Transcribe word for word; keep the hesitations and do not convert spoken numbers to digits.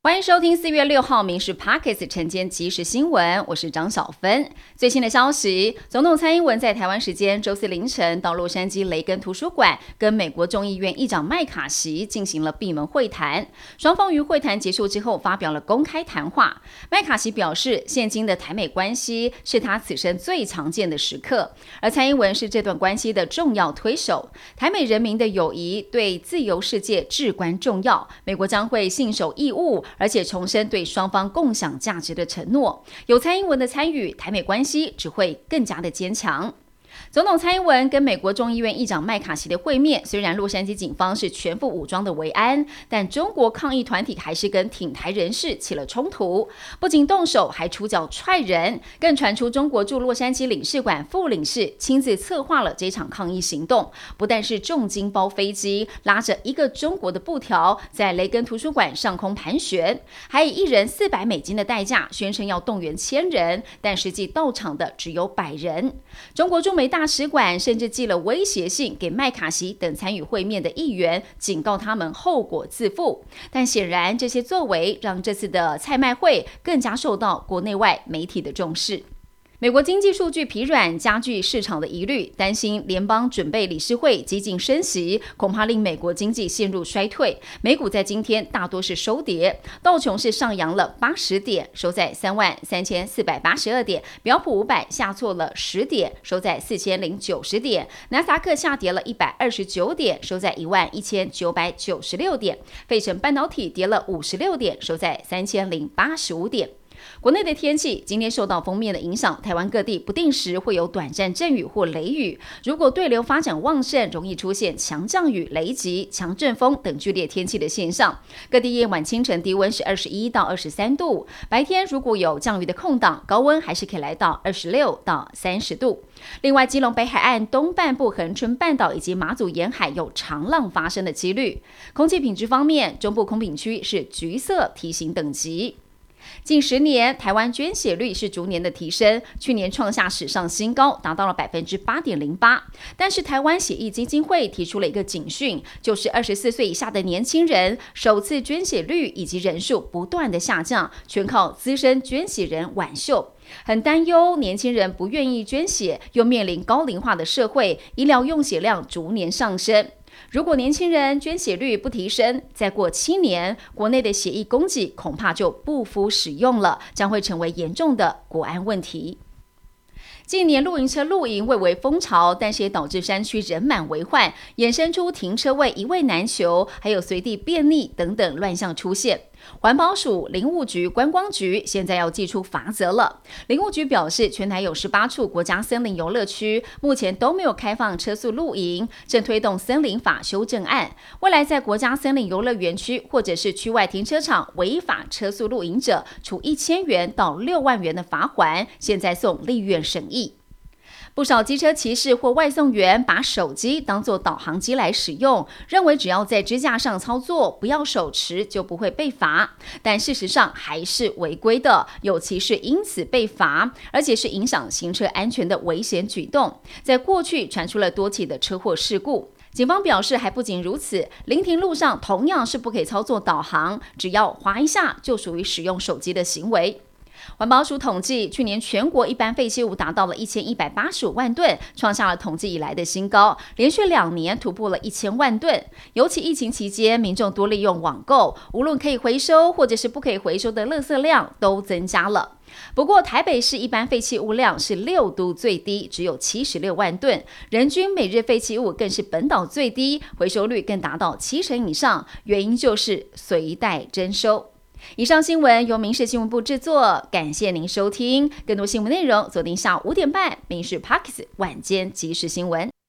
欢迎收听四月六号民视 Podcast 晨间即时新闻，我是张小芬。最新的消息，总统蔡英文在台湾时间周四凌晨到洛杉矶雷根图书馆，跟美国众议院议长麦卡锡进行了闭门会谈。双方于会谈结束之后发表了公开谈话。麦卡锡表示，现今的台美关系是他此生最常见的时刻，而蔡英文是这段关系的重要推手。台美人民的友谊对自由世界至关重要，美国将会信守义务，而且重申对双方共享价值的承诺。有蔡英文的参与，台美关系只会更加的坚强。总统蔡英文跟美国众议院议长麦卡锡的会面，虽然洛杉矶警方是全副武装的维安，但中国抗议团体还是跟挺台人士起了冲突，不仅动手，还出脚踹人，更传出中国驻洛杉矶领事馆副领事亲自策划了这场抗议行动，不但是重金包飞机，拉着一个中国的布条在雷根图书馆上空盘旋，还以一人四百美金的代价宣称要动员千人，但实际到场的只有百人。中国驻美大使馆甚至寄了威胁信给麦卡锡等参与会面的议员，警告他们后果自负。但显然这些作为让这次的蔡麦会更加受到国内外媒体的重视。美国经济数据疲软，加剧市场的疑虑，担心联邦准备理事会激进升息，恐怕令美国经济陷入衰退。美股在今天大多是收跌，道琼是上扬了八十点，收在三万三千四百八十二点；标普五百下挫了十点，收在四千零九十点；纳斯达克下跌了一百二十九点，收在一万一千九百九十六点；费城半导体跌了五十六点，收在三千零八十五点。国内的天气今天受到锋面的影响，台湾各地不定时会有短暂阵雨或雷雨。如果对流发展旺盛，容易出现强降雨、雷击、强阵风等剧烈天气的现象。各地夜晚清晨低温是二十一到二十三度，白天如果有降雨的空档，高温还是可以来到二十六到三十度。另外，基隆北海岸东半部、恒春半岛以及马祖沿海有长浪发生的几率。空气品质方面，中部空品区是橘色提醒等级。近十年，台湾捐血率是逐年的提升，去年创下史上新高，达到了百分之八点零八。但是，台湾血液基金会提出了一个警讯，就是二十四岁以下的年轻人首次捐血率以及人数不断的下降，全靠资深捐血人挽救。很担忧年轻人不愿意捐血，又面临高龄化的社会，医疗用血量逐年上升。如果年轻人捐血率不提升，再过七年，国内的血液供给恐怕就不敷使用了，将会成为严重的国安问题。近年露营车露营蔚为风潮，但是也导致山区人满为患，衍生出停车位一位难求，还有随地便溺等等乱象出现。环保署、林务局、观光局现在要祭出罚则了。林务局表示，全台有十八处国家森林游乐区，目前都没有开放车宿露营，正推动森林法修正案。未来在国家森林游乐园区或者是区外停车场违法车宿露营者，处一千元到六万元的罚锾，现在送立院审议。不少机车骑士或外送员把手机当作导航机来使用，认为只要在支架上操作，不要手持就不会被罚。但事实上还是违规的，有骑士因此被罚，而且是影响行车安全的危险举动。在过去传出了多起的车祸事故。警方表示，还不仅如此，临停路上同样是不可以操作导航，只要滑一下就属于使用手机的行为。环保署统计，去年全国一般废弃物达到了一千一百八十五万吨，创下了统计以来的新高，连续两年突破了一千万吨。尤其疫情期间，民众多利用网购，无论可以回收或者是不可以回收的垃圾量都增加了。不过，台北市一般废弃物量是六都最低，只有七十六万吨，人均每日废弃物更是本岛最低，回收率更达到七成以上，原因就是随袋征收。以上新闻由民视新闻部制作，感谢您收听。更多新闻内容，锁定下午五点半，民视 Podcast 晚间即时新闻。